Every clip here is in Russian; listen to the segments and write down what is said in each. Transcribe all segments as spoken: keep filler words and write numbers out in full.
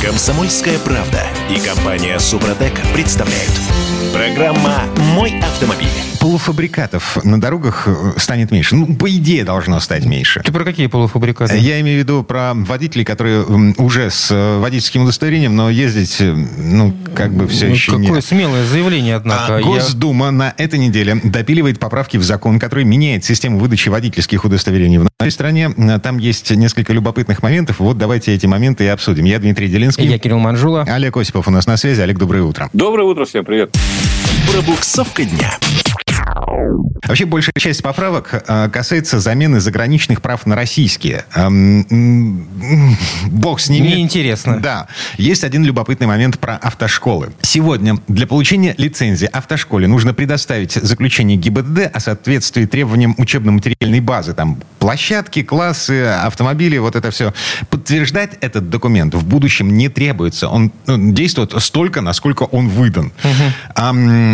Комсомольская правда и компания «Супротек» представляют. Программа «Мой автомобиль». Полуфабрикатов на дорогах станет меньше. Ну, по идее, должно стать меньше. Ты про какие полуфабрикаты? Я имею в виду про водителей, которые уже с водительским удостоверением, но ездить, ну, как бы все еще Какое не... Какое смелое заявление, однако. А Госдума Я... на этой неделе допиливает поправки в закон, который меняет систему выдачи водительских удостоверений в нашей стране. Там есть несколько любопытных моментов. Вот давайте эти моменты и обсудим. Я Дмитрий Делинский. Я Кирилл Манжула. Олег Осипов у нас на связи. Олег, доброе утро. Доброе утро, всем привет. Пробуксовка дня. Вообще, большая часть поправок э, касается замены заграничных прав на российские. Э, бог с ними. Мне интересно. Да. Есть один любопытный момент про автошколы. Сегодня для получения лицензии автошколе нужно предоставить заключение ГИБДД о соответствии требованиям учебно-материальной базы. Там площадки, классы, автомобили, вот это все. Подтверждать этот документ в будущем не требуется. Он ну, действует столько, насколько он выдан. Угу. А,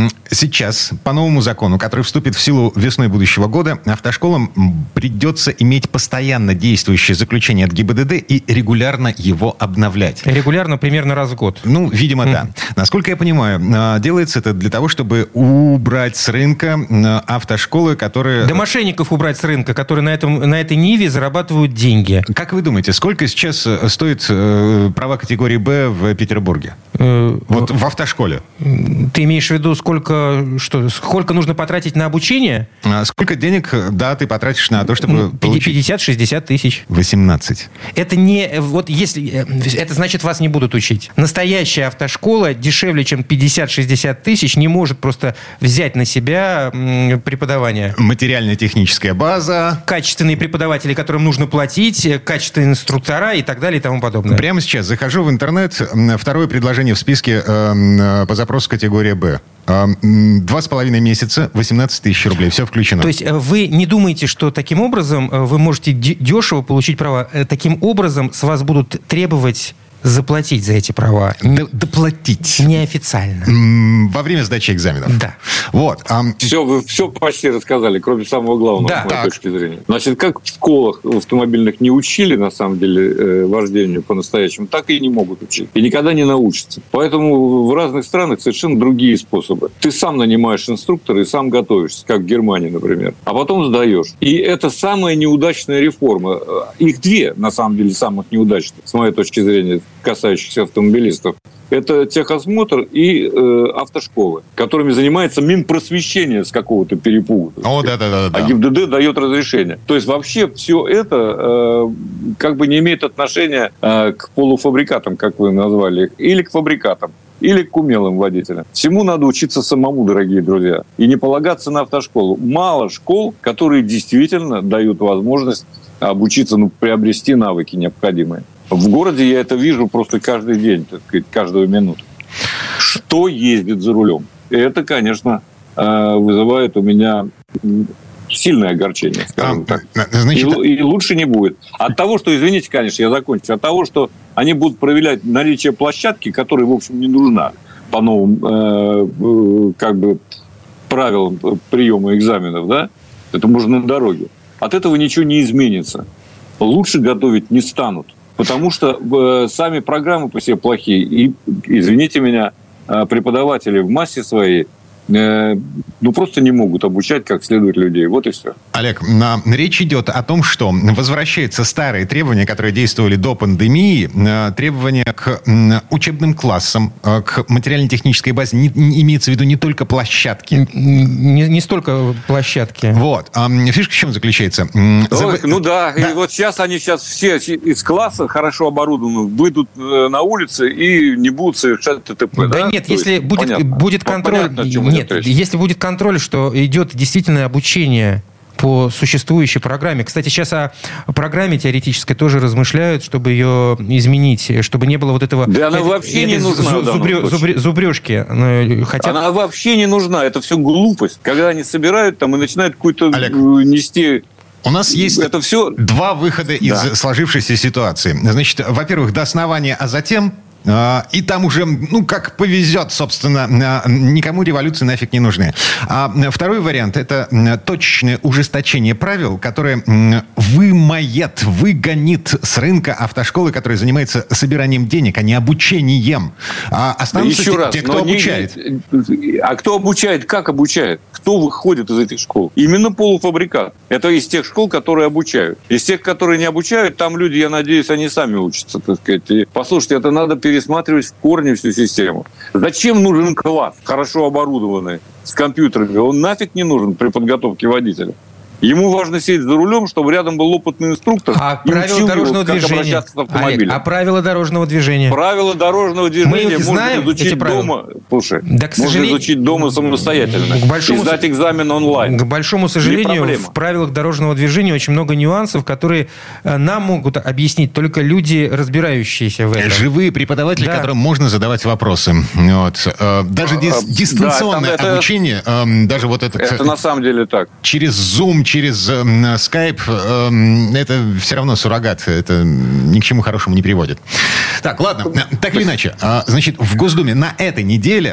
сейчас, по новому закону, который вступит в силу весной будущего года, автошколам придется иметь постоянно действующее заключение от ГИБДД и регулярно его обновлять. Регулярно, примерно раз в год. Ну, видимо, mm. да. Насколько я понимаю, делается это для того, чтобы убрать с рынка автошколы, которые... Да мошенников убрать с рынка, которые на, этом, на этой ниве зарабатывают деньги. Как вы думаете, сколько сейчас стоит права категории «Б» в Петербурге? Э, вот в автошколе. Ты имеешь в виду, сколько, что, сколько нужно потратить на обучение? А сколько денег, да, ты потратишь на то, чтобы получить... пятьдесят-шестьдесят тысяч. восемнадцать. Это не... Вот если... Это значит, вас не будут учить. Настоящая автошкола дешевле, чем пятьдесят-шестьдесят тысяч, не может просто взять на себя преподавание. Материально-техническая база. Качественные преподаватели, которым нужно платить, качественные инструктора и так далее и тому подобное. Прямо сейчас захожу в интернет. Второе предложение в списке э, по запросу категория «Б». Два с половиной месяца, восемнадцать тысяч рублей. Все включено. То есть вы не думаете, что таким образом вы можете дешево получить права? Таким образом с вас будут требовать заплатить за эти права? Д- доплатить. Неофициально. Во время сдачи экзаменов. Да. Вот. А... Все, вы все почти рассказали, кроме самого главного, да. с моей так. точки зрения. Значит, как в школах автомобильных не учили, на самом деле, вождению по-настоящему, так и не могут учить. И никогда не научатся. Поэтому в разных странах совершенно другие способы. Ты сам нанимаешь инструктора и сам готовишься, как в Германии, например. А потом сдаешь. И это самая неудачная реформа. Их две, на самом деле, самых неудачных, с моей точки зрения, касающихся автомобилистов. Это техосмотр и э, автошколы, которыми занимается Минпросвещение с какого-то перепугу. О, да, да, да, да. А ГИБДД дает разрешение. То есть вообще все это э, как бы не имеет отношения э, к полуфабрикатам, как вы назвали их, или к фабрикатам, или к умелым водителям. Всему надо учиться самому, дорогие друзья, и не полагаться на автошколу. Мало школ, которые действительно дают возможность обучиться, ну, приобрести навыки необходимые. В городе я это вижу просто каждый день, так сказать, каждую минуту. Что ездит за рулем? Это, конечно, вызывает у меня сильное огорчение, скажем а, так. Значит... И, и лучше не будет. От того, что, извините, конечно, я закончу, от того, что они будут проверять наличие площадки, которая, в общем, не нужна по новым э, как бы правилам приема экзаменов, да? Это можно на дороге. От этого ничего не изменится. Лучше готовить не станут. Потому что э, сами программы по себе плохие. И, извините меня, э, преподаватели в массе своей э, ну, просто не могут обучать как следует людей. Вот и все. Олег, на, речь идет о том, что возвращаются старые требования, которые действовали до пандемии, э, требования к э, учебным классам, э, к материально-технической базе. Не, не, имеется в виду не только площадки. Не, не столько площадки. Вот. А фишка в чем заключается? Ну, За... ну да. да, и вот сейчас они сейчас все из класса хорошо оборудованных выйдут на улицы и не будут совершать ТТП. Да, да? Нет, То если будет, будет контроль... Понятно, нет, если будет контроль, что идет действительно обучение по существующей программе. Кстати, сейчас о программе теоретической тоже размышляют, чтобы ее изменить, чтобы не было вот этого... Да она вообще не нужна. Зубрё, зубрё, зубрежки. Хотя... Она вообще не нужна. Это все глупость. Когда они собирают там и начинают какую-то Олег, нести... У нас есть это все... два выхода из да. сложившейся ситуации. Значит, во-первых, до основания, а затем... И там уже, ну, как повезет, собственно, никому революции нафиг не нужны. А второй вариант – это точечное ужесточение правил, которое вымоет, выгонит с рынка автошколы, которая занимается собиранием денег, а не обучением. А останутся Еще те, раз, те, кто обучает. Не, а кто обучает? Как обучает? Кто выходит из этих школ? Именно полуфабрикат. Это из тех школ, которые обучают. Из тех, которые не обучают, там люди, я надеюсь, они сами учатся, так сказать. И, послушайте, это надо пересматривать в корне всю систему. Зачем нужен класс, хорошо оборудованный, с компьютерами? Он нафиг не нужен при подготовке водителя. Ему важно сидеть за рулем, чтобы рядом был опытный инструктор. А правила дорожного его, движения? Олег, а правила дорожного движения? Правила дорожного движения можно знаем, изучить дома. Слушай, да, к можно сожалению, изучить дома самостоятельно. К большому, и сдать экзамен онлайн. К большому сожалению, в правилах дорожного движения очень много нюансов, которые нам могут объяснить только люди, разбирающиеся в этом. Живые преподаватели, да. которым можно задавать вопросы. Вот. Даже дис- дистанционное да, обучение, это, даже вот это... Это на самом деле так. Через Zoom, через э, Skype, э, это все равно суррогат. Это ни к чему хорошему не приводит. Так, ладно. Так или иначе. Э, значит, в Госдуме на этой неделе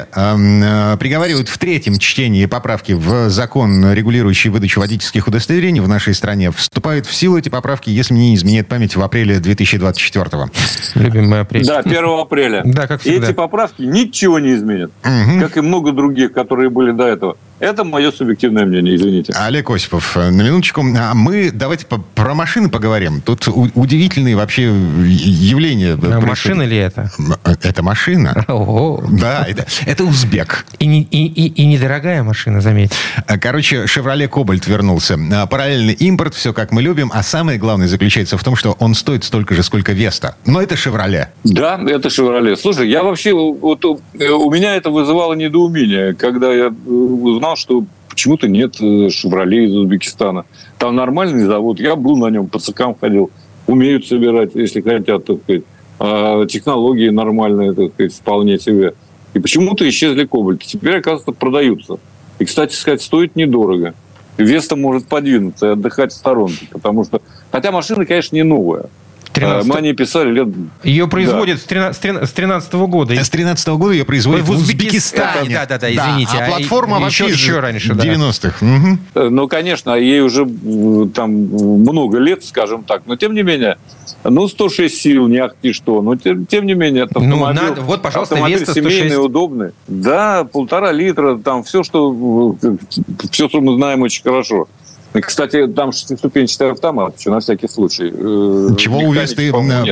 э, приговаривают в третьем чтении поправки в закон, регулирующий выдачу водительских удостоверений в нашей стране. Вступают в силу эти поправки, если мне не изменяет память, в апреле две тысячи двадцать четвёртого. Любимый апрель. Да, первого апреля. Да, как всегда. И эти поправки ничего не изменят. Угу. Как и много других, которые были до этого. Это мое субъективное мнение, извините. Олег Осипов, на минуточку. А мы давайте по- про машины поговорим. Тут у- удивительные вообще явления. А машина ли это? Это машина. Ого. Да, это, это узбек. И, не, и, и, и недорогая машина, заметьте. Короче, Chevrolet Cobalt вернулся. Параллельный импорт, все как мы любим. А самое главное заключается в том, что он стоит столько же, сколько Vesta. Но это Chevrolet. Да, это Chevrolet. Слушай, я вообще... Вот, у меня это вызывало недоумение, когда я узнал, что почему-то нет «Шевроле» из Узбекистана. Там нормальный завод. Я был на нем, по цехам ходил. Умеют собирать, если хотят, так сказать. А технологии нормальные, так сказать, вполне себе. И почему-то исчезли «Кобальты». Теперь, оказывается, продаются. И, кстати сказать, стоит недорого. Веста может подвинуться и отдыхать в сторонке. Потому что... Хотя машина, конечно, не новая. тринадцатого Мы о ней писали лет... Ее производят да. с тринадцатого года. С тринадцатого года ее производят в Узбекистане. Да, да, да, извините. Да, а платформа а вообще еще, еще раньше, девяностых. Да. Угу. Ну, конечно, ей уже там много лет, скажем так. Но, тем не менее, ну, сто шесть сил, не ахти что. Но, тем, тем не менее, это автомобиль, ну, надо, вот, пожалуйста, автомобиль семейный, удобный. Да, полтора литра, там все, что, все, что мы знаем очень хорошо. Кстати, там шестиступенчатый автомат, что на всякий случай. Чего у Весты...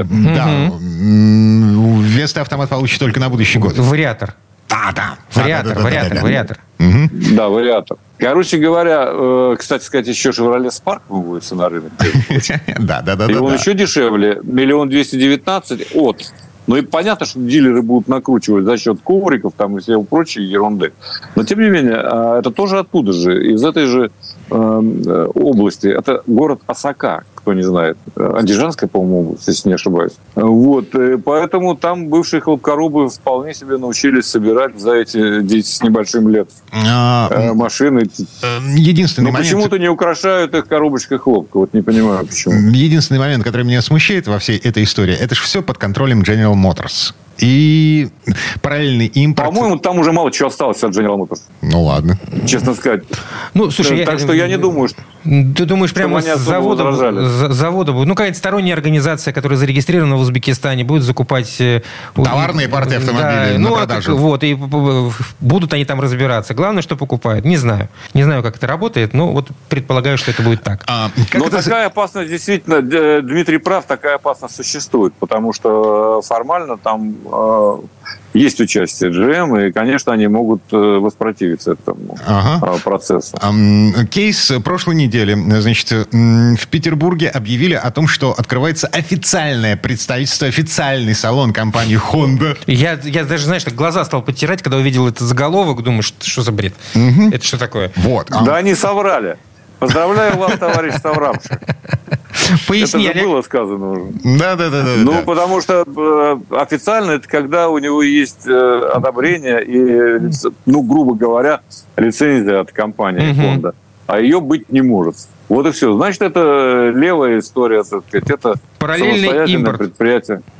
Да, у Весты автомат получит только на будущий год. Вариатор. Да, да. Вариатор, вариатор, вариатор. Да, вариатор. Короче говоря, кстати сказать, еще Chevrolet Spark выводится на рынок. Да, да, да. И он еще дешевле. Миллион двести девятнадцать от. Ну и понятно, что дилеры будут накручивать за счет ковриков там и всего прочей ерунды. Но тем не менее, это тоже оттуда же, из этой же э, области. Это город Осака, кто не знает. Андижанская, по-моему, область, если не ошибаюсь. Вот. Поэтому там бывшие хлопкоробы вполне себе научились собирать за эти десять с небольшим лет а, машины. Единственный Но момент... почему-то не украшают их коробочкой хлопка. Вот не понимаю, почему. Единственный момент, который меня смущает во всей этой истории, это же все под контролем General Motors. И параллельный импорт... По-моему, там уже мало чего осталось от General Motors. Ну, ладно. Честно сказать. Ну, слушай, так я, что я не думаю, что... Ты думаешь, прямо с завода, завода будет... Ну, какая-то сторонняя организация, которая зарегистрирована в Узбекистане, будет закупать... Товарные порты автомобилей да, на ну, продажу. А, вот, и будут они там разбираться. Главное, что покупают. Не знаю. Не знаю, как это работает, но вот предполагаю, что это будет так. А, но это... такая опасность, действительно, Дмитрий прав, такая опасность существует, потому что формально там... Есть участие джи эм, и, конечно, они могут воспротивиться этому ага. процессу. Кейс прошлой недели. Значит, в Петербурге объявили о том, что открывается официальное представительство, официальный салон компании Honda. Я, я даже, знаешь, так глаза стал подтирать, когда увидел этот заголовок, думаю, что, что за бред? Угу. Это что такое? Вот. Да они соврали. Поздравляю вас, товарищ совравший. Поясни, это же было сказано уже. Да, да, да, да. Ну, да. потому что э, официально это когда у него есть э, одобрение и, ну, грубо говоря, лицензия от компании Honda. Угу. А ее быть не может. Вот и все. Значит, это левая история, так сказать. Это параллельный самостоятельное импорт. предприятие.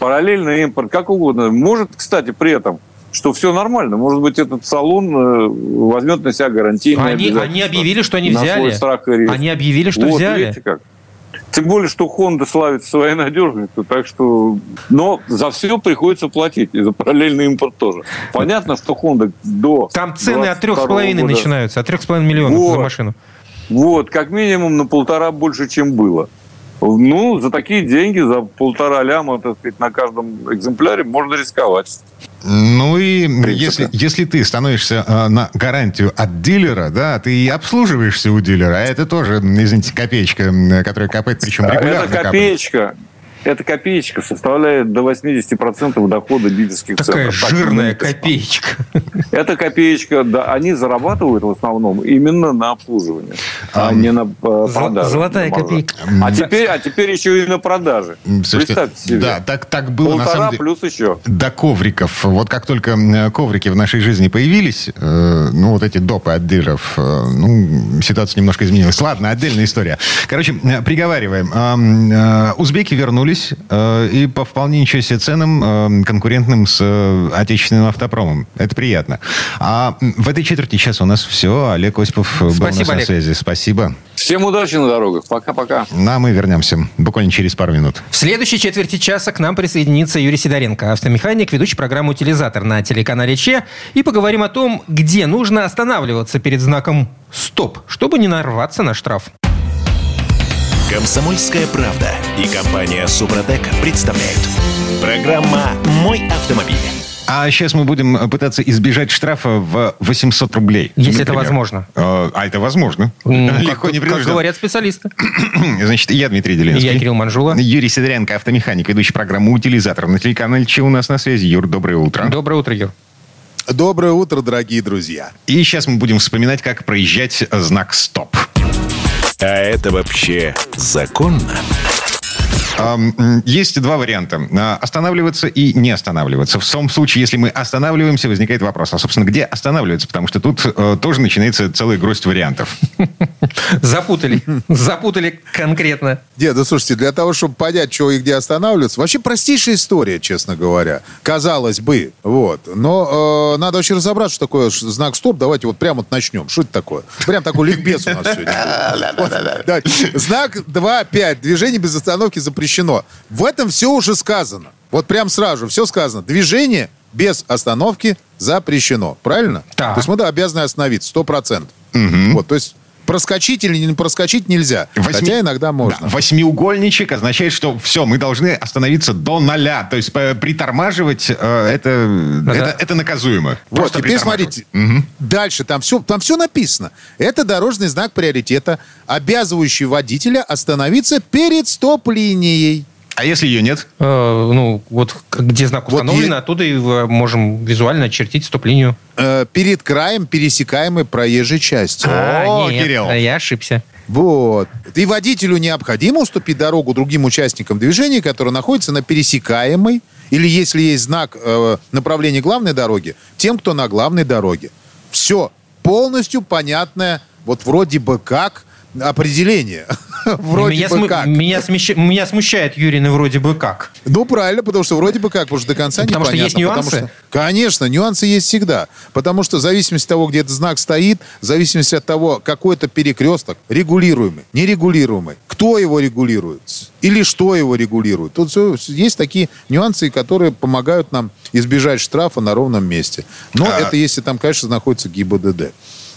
параллельный импорт, как угодно. Может, кстати, при этом, что все нормально. Может быть, этот салон возьмет на себя гарантийные они, обязательства. Они объявили, что они взяли. На свой страх и риск. Они объявили, что вот, взяли. Видите как? Тем более, что Honda славится своей надежностью, так что... Но за все приходится платить, и за параллельный импорт тоже. Понятно, что Honda до... Там цены от трех с половиной начинаются, от трех с половиной миллионов вот, за машину. Вот, как минимум на полтора больше, чем было. Ну, за такие деньги, за полтора ляма, так сказать, на каждом экземпляре можно рисковать. Ну и если, если ты становишься э, на гарантию от дилера, да, ты и обслуживаешься у дилера, а это тоже, извините, копеечка, которая капает, причем регулярно. Это копеечка. Капает. Эта копеечка составляет до восемьдесят процентов дохода дилерских Такая центров. Такая жирная копеечка. Эта копеечка, да, они зарабатывают в основном именно на обслуживании, а, а не на продаже. Золотая копейка. А теперь, а теперь еще и на продаже. Слушайте, представьте себе. Да, так, так было Полтора на самом деле. Плюс еще. До ковриков. Вот как только коврики в нашей жизни появились, э, ну, вот эти допы от дилеров, э, ну, ситуация немножко изменилась. Ладно, отдельная история. Короче, приговариваем. Э, э, узбеки вернулись и по вполне ничего себе ценам конкурентным с отечественным автопромом. Это приятно. А в этой четверти часа у нас все. Олег Осипов был у нас на связи. Спасибо. Всем удачи на дорогах. Пока-пока. Ну, а мы вернемся буквально через пару минут. В следующей четверти часа к нам присоединится Юрий Сидоренко, автомеханик, ведущий программу «Утилизатор» на телеканале ЧЕ. И поговорим о том, где нужно останавливаться перед знаком «Стоп», чтобы не нарваться на штраф. «Комсомольская правда» и компания «Супротек» представляют. Программа «Мой автомобиль». А сейчас мы будем пытаться избежать штрафа в восемьсот рублей. Если например. Это возможно. А это возможно. Mm, Легко, как, не как говорят специалисты. Значит, я Дмитрий Делинский. Я Кирилл Манжула. Юрий Сидоренко, автомеханик, ведущий программу «Утилизатор» на телеканале ЧЕ у нас на связи. Юр, доброе утро. Доброе утро, Юр. Доброе утро, дорогие друзья. И сейчас мы будем вспоминать, как проезжать знак «Стоп». А это вообще законно? Есть два варианта. Останавливаться и не останавливаться. В том случае, если мы останавливаемся, возникает вопрос, а, собственно, где останавливаться? Потому что тут э, тоже начинается целая гроздь вариантов. Запутали. Запутали конкретно. Дед, да слушайте, для того, чтобы понять, чего и где останавливаться, вообще простейшая история, честно говоря. Казалось бы. Вот. Но э, надо очень разобраться, что такое знак «Стоп». Давайте вот прямо вот начнем. Что это такое? Прям такой ликбез у нас сегодня. Знак два пять. Движение без остановки запрещено. В этом все уже сказано. Вот прям сразу все сказано. Движение без остановки запрещено. Правильно? Да. То есть мы да, обязаны остановиться. Сто процентов. Угу. Вот, то есть проскочить или не проскочить нельзя. Восьми... Хотя иногда можно. Да. Восьмиугольничек означает, что все, мы должны остановиться до ноля. То есть притормаживать э, это, да. это, это наказуемо. Вот, просто теперь смотрите. Угу. Дальше там все, там все написано. Это дорожный знак приоритета, обязывающий водителя остановиться перед стоп-линией. А если ее нет? Э, ну, вот где знак установлен, вот оттуда и можем визуально очертить стоп-линию. Э, перед краем пересекаемой проезжей части. А, О, нет, Кирилл. Я ошибся. Вот. И водителю необходимо уступить дорогу другим участникам движения, которые находятся на пересекаемой, или если есть знак э, направления главной дороги, тем, кто на главной дороге. Все полностью понятное, вот вроде бы как определение. Вроде меня бы см... как. Меня, смещ... меня смущает Юрины вроде бы как. Ну, правильно, потому что вроде бы как, потому что до конца потому непонятно. Потому что есть нюансы? Потому что, конечно, нюансы есть всегда. Потому что в зависимости от того, где этот знак стоит, в зависимости от того, какой это перекресток, регулируемый, нерегулируемый, кто его регулирует или что его регулирует. Тут все, есть такие нюансы, которые помогают нам избежать штрафа на ровном месте. Но а... это если там, конечно, находится ГИБДД.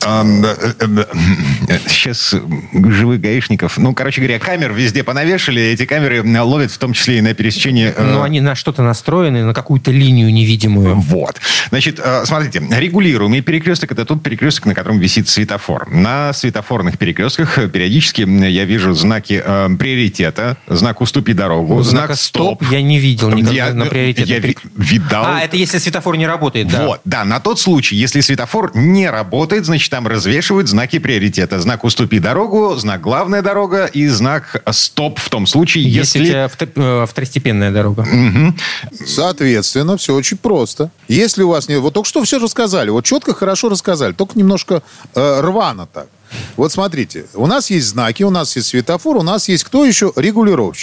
Сейчас живых гаишников, ну, короче говоря, камер везде понавешали, эти камеры ловят в том числе и на пересечении... Ну, они на что-то настроены, на какую-то линию невидимую. Вот. Значит, смотрите, регулируемый перекресток — это тот перекресток, на котором висит светофор. На светофорных перекрестках периодически я вижу знаки э, приоритета, знак «Уступи дорогу», знак «Стоп». Я не видел никогда я, на приоритете. Я ви- видал. А, это если светофор не работает, да. Вот, да, на тот случай, если светофор не работает, значит, там развешивают знаки приоритета. Знак «Уступи дорогу», знак «Главная дорога» и знак «Стоп» в том случае, если... Если у тебя второстепенная дорога. Угу. Соответственно, все очень просто. Если у вас... не, Вот только что все рассказали. Вот четко, хорошо рассказали. Только немножко э, рвано так. Вот смотрите. У нас есть знаки, у нас есть светофор, у нас есть кто еще? Регулировщик.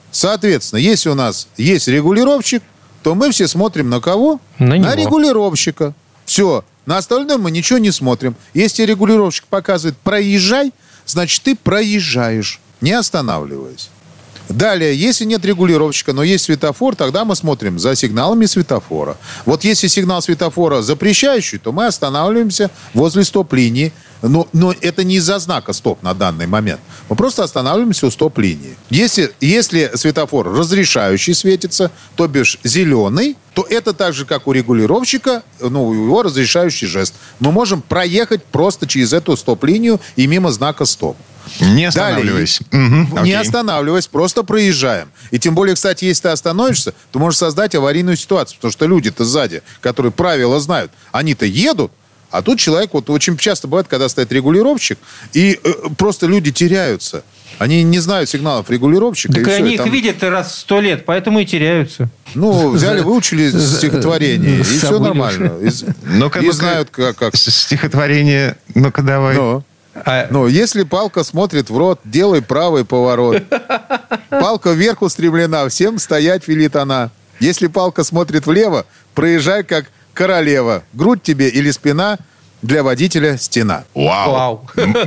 Соответственно, если у нас есть регулировщик, то мы все смотрим на кого? На, на регулировщика. Все. На остальное мы ничего не смотрим. Если регулировщик показывает «проезжай», значит, ты проезжаешь, не останавливаясь. Далее, если нет регулировщика, но есть светофор, тогда мы смотрим за сигналами светофора. Вот если сигнал светофора запрещающий, то мы останавливаемся возле стоп-линии. Но, но это не из-за знака «стоп» на данный момент. Мы просто останавливаемся у стоп-линии. Если, если светофор разрешающий светится, то бишь зеленый, то это так же, как у регулировщика, ну, его разрешающий жест. Мы можем проехать просто через эту стоп-линию и мимо знака «стоп». Не останавливаясь. Далее, угу, не останавливаясь, просто проезжаем. И тем более, кстати, если ты остановишься, то можешь создать аварийную ситуацию. Потому что люди-то сзади, которые правила знают, они-то едут, а тут человек, вот очень часто бывает, когда стоит регулировщик, и э, просто люди теряются. Они не знают сигналов регулировщика. Так и они все, их там... видят раз в сто лет, поэтому и теряются. Ну, взяли, выучили стихотворение, и все нормально. И знают, как... Стихотворение, ну-ка давай. А... Ну, если палка смотрит в рот, делай правый поворот. Палка вверх устремлена, всем стоять велит она. Если палка смотрит влево, проезжай как королева. Грудь тебе или спина, для водителя стена. Вау.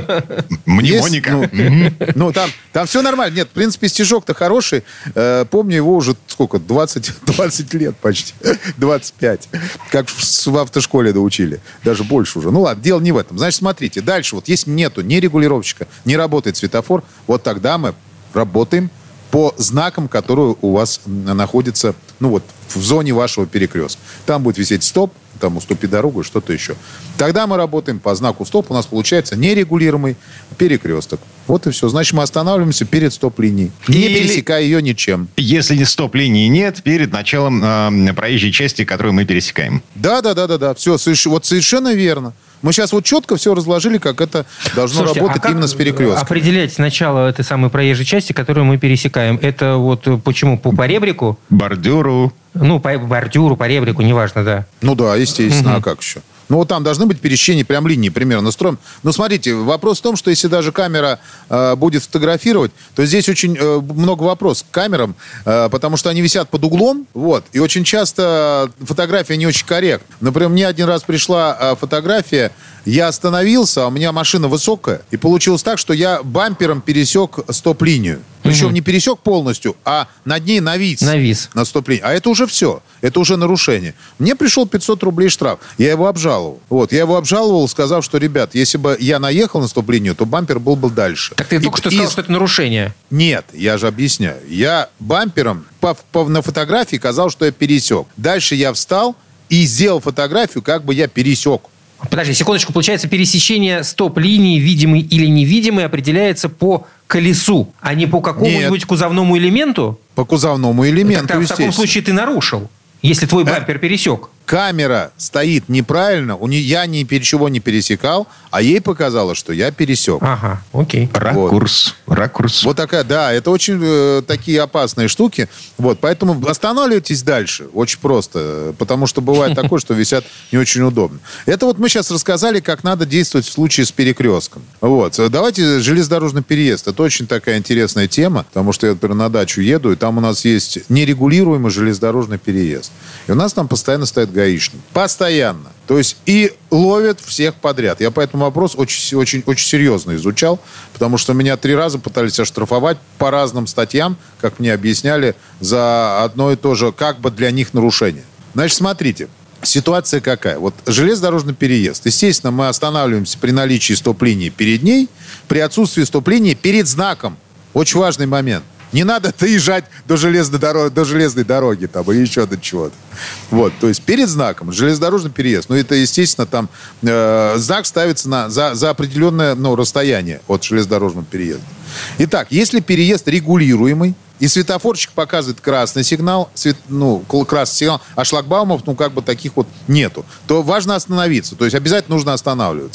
Мнемоника. Ну, ну там, там все нормально. Нет, в принципе, стишок-то хороший. Э, помню его уже сколько? двадцать, двадцать лет почти. двадцать пять. Как в, в автошколе доучили. Даже больше уже. Ну ладно, дело не в этом. Значит, смотрите. Дальше вот если нету ни регулировщика, не работает светофор, вот тогда мы работаем по знакам, которые у вас находятся, ну вот, в зоне вашего перекрестка. Там будет висеть «стоп», там «уступи дорогу» и что-то еще. Тогда мы работаем по знаку «стоп». У нас получается нерегулируемый перекресток. Вот и все. Значит, мы останавливаемся перед стоп-линией, не Или, пересекая ее ничем. Если стоп-линии нет, перед началом э, проезжей части, которую мы пересекаем. Да, да, да, да, да. Все, соверш... вот совершенно верно. Мы сейчас вот четко все разложили, как это должно Слушайте, работать а именно с перекрестком. Определять начало этой самой проезжей части, которую мы пересекаем, это вот почему? По поребрику? Бордюру. Ну, по бордюру, по ребрику, неважно, да. Ну да, естественно, угу. А как еще? Ну, вот там должны быть пересечения прям линии примерно строим. Но смотрите, вопрос в том, что если даже камера э, будет фотографировать, то здесь очень э, много вопросов к камерам, э, потому что они висят под углом, вот, и очень часто фотография не очень корректна. Например, мне один раз пришла э, фотография, я остановился, а у меня машина высокая, и получилось так, что я бампером пересек стоп-линию. Причем угу. не пересек полностью, а над ней навис. Навис. На стоп-линии. А это уже все. Это уже нарушение. Мне пришел пятьсот рублей штраф. Я его обжаловал. Вот. Я его обжаловал, сказав, что, ребят, если бы я наехал на стоп-линию, то бампер был бы дальше. Так ты и, только что и... сказал, что это нарушение. Нет, я же объясняю. Я бампером по, по, на фотографии казал, что я пересек. Дальше я встал и сделал фотографию, как бы я пересек. Подожди, секундочку. Получается, пересечение стоп-линии, видимой или невидимой, определяется по колесу, а не по какому-нибудь Нет. кузовному элементу? По кузовному элементу, так, в таком случае ты нарушил, если твой бампер пересек. Камера стоит неправильно, у нее, я ничего не пересекал, а ей показалось, что я пересек. Ага, окей. Ракурс. Вот. Ракурс. Вот такая, да, это очень э, такие опасные штуки. Вот, поэтому останавливайтесь дальше. Очень просто. Потому что бывает такое, что висят не очень удобно. Это вот мы сейчас рассказали, как надо действовать в случае с перекрестком. Вот. Давайте железнодорожный переезд. Это очень такая интересная тема, потому что я, например, на дачу еду, и там у нас есть нерегулируемый железнодорожный переезд. И у нас там постоянно стоят гаишник. Постоянно. То есть и ловят всех подряд. Я по этому вопросу очень, очень, очень серьезно изучал, потому что меня три раза пытались оштрафовать по разным статьям, как мне объясняли, за одно и то же, как бы для них нарушение. Значит, смотрите. Ситуация какая? Вот железнодорожный переезд. Естественно, мы останавливаемся при наличии стоп-линии перед ней, при отсутствии стоп-линии перед знаком. Очень важный момент. Не надо доезжать до железной дороги, до железной дороги там, или еще до чего-то. Вот, то есть перед знаком железнодорожный переезд. Ну, это, естественно, там э, знак ставится на, за, за определенное ну, расстояние от железнодорожного переезда. Итак, если переезд регулируемый, и светофорчик показывает красный сигнал, свет, ну, красный сигнал, а шлагбаумов, ну, как бы таких вот нету, то важно остановиться. То есть обязательно нужно останавливаться.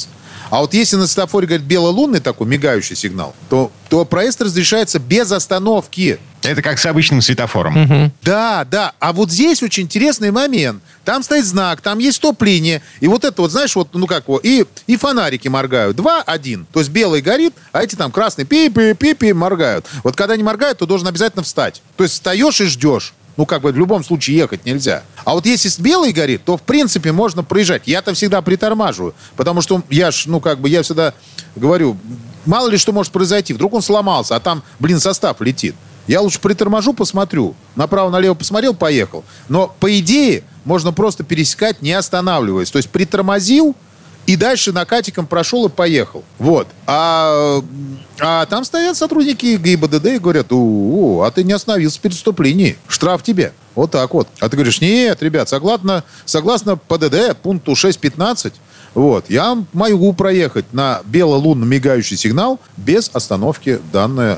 А вот если на светофоре, говорит, бело-лунный такой мигающий сигнал, то, то проезд разрешается без остановки. Это как с обычным светофором. Угу. Да, да. А вот здесь очень интересный момент. Там стоит знак, там есть стоп-линия. И вот это вот, знаешь, вот, ну как его, и, и фонарики моргают. Два, один. То есть белый горит, а эти там красные пи-пи-пи-пи моргают. Вот когда они моргают, то должен обязательно встать. То есть встаешь и ждешь. Ну, как бы в любом случае ехать нельзя. А вот если белый горит, то, в принципе, можно проезжать. Я-то всегда притормаживаю. Потому что я ж, ну, как бы, я всегда говорю, мало ли что может произойти. Вдруг он сломался, а там, блин, состав летит. Я лучше приторможу, посмотрю. Направо-налево посмотрел, поехал. Но, по идее, можно просто пересекать, не останавливаясь. То есть притормозил, и дальше накатиком прошел и поехал. Вот. А, а там стоят сотрудники ГИБДД и говорят, у, а ты не остановился перед вступлением. Штраф тебе. Вот так вот. А ты говоришь, нет, ребят, согласно, согласно ПДД, пункту шесть пятнадцать, вот, я могу проехать на бело-лунно мигающий сигнал без остановки данную,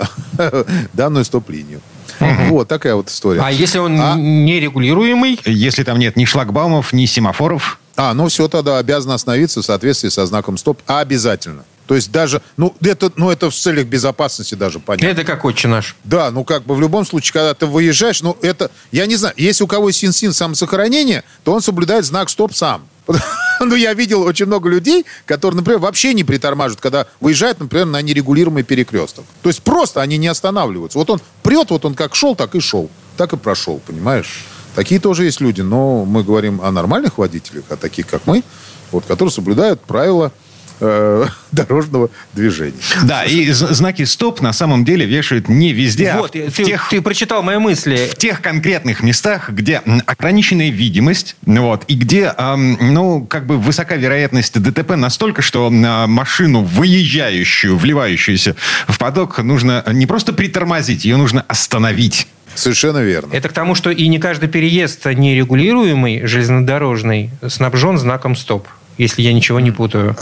данную стоп-линию. Угу. Вот такая вот история. А если он а? нерегулируемый? Если там нет ни шлагбаумов, ни семафоров? А, ну все, тогда обязан остановиться в соответствии со знаком «Стоп». Обязательно. То есть даже, ну это, ну, это в целях безопасности даже понятно. Это как отче наш. Да, ну как бы в любом случае, когда ты выезжаешь, ну это, я не знаю, если у кого есть син-син самосохранения, то он соблюдает знак «Стоп» сам. Ну, я видел очень много людей, которые, например, вообще не притормаживают, когда выезжают, например, на нерегулируемый перекресток. То есть просто они не останавливаются. Вот он прет, вот он как шел, так и шел. Так и прошел, понимаешь? Такие тоже есть люди, но мы говорим о нормальных водителях, о таких, как мы, вот, которые соблюдают правила э, дорожного движения. Да, и знаки «Стоп» на самом деле вешают не везде, вот, а в ты, тех, ты прочитал мои мысли. В тех конкретных местах, где ограниченная видимость, вот, и где, эм, ну, как бы высока вероятность ДТП настолько, что э, машину, выезжающую, вливающуюся в поток, нужно не просто притормозить, ее нужно остановить. Совершенно верно. Это к тому, что и не каждый переезд нерегулируемый, железнодорожный, снабжен знаком «Стоп». Если я ничего не путаю.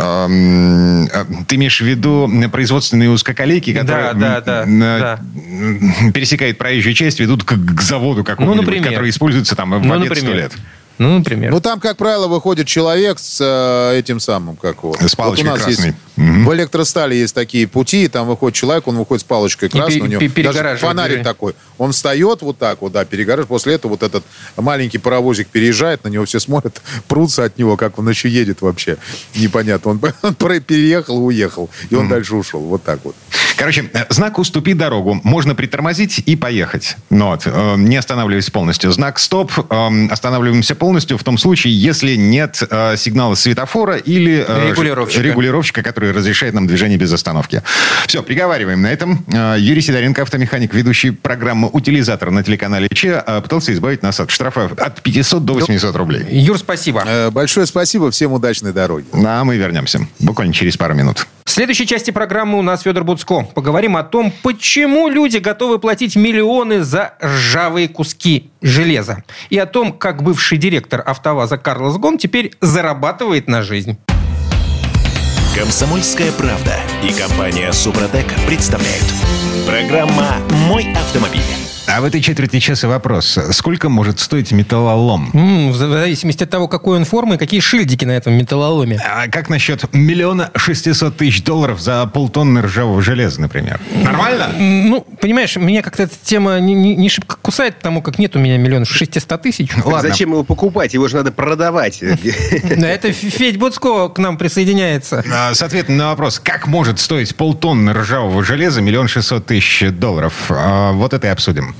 Ты имеешь в виду производственные узкоколейки, которые да, да, да, пересекают проезжую часть, ведут к, к заводу какому-нибудь, ну, который используется там в ну, обед сто лет. Ну, например. Ну, там, как правило, выходит человек с э, этим самым, как вот. С палочкой вот у нас красной. Есть, mm-hmm. В электростали есть такие пути, там выходит человек, он выходит с палочкой красной, у него даже фонарик такой. Он встает вот так вот, да, перегораживает. После этого вот этот маленький паровозик переезжает, на него все смотрят, прутся от него, как он еще едет вообще. Непонятно. Он, он переехал и уехал. И он mm-hmm. дальше ушел. Вот так вот. Короче, знак «Уступи дорогу» можно притормозить и поехать. Но вот, э, не останавливаясь полностью. Знак «Стоп» э, останавливаемся полностью в том случае, если нет э, сигнала светофора или э, регулировщика. регулировщика, который разрешает нам движение без остановки. Все, приговариваем на этом. Э, Юрий Сидоренко, автомеханик, ведущий программы «Утилизатор» на телеканале ЧЕ, э, пытался избавить нас от штрафа от пятисот до восьмисот рублей. Юр, спасибо. Э, большое спасибо. Всем удачной дороги. А мы вернемся буквально через пару минут. В следующей части программы у нас Федор Буцко. Поговорим о том, почему люди готовы платить миллионы за ржавые куски железа. И о том, как бывший директор АвтоВАЗа Карлос Гон теперь зарабатывает на жизнь. «Комсомольская правда» и компания «Супротек» представляют. Программа «Мой автомобиль». А в этой четверти часа вопрос. Сколько может стоить металлолом? М-м, в зависимости от того, какой он формы и какие шильдики на этом металлоломе. А как насчет миллиона шестисот тысяч долларов за полтонны ржавого железа, например? Нормально? Ну, понимаешь, меня как-то эта тема не, не, не шибко кусает, потому как нет у меня миллиона шестисот тысяч. Ладно. Зачем его покупать? Его же надо продавать. Это Федь Буцко к нам присоединяется. Соответственно, на вопрос, как может стоить полтонны ржавого железа миллион шестьсот тысяч долларов? Вот это и обсудим.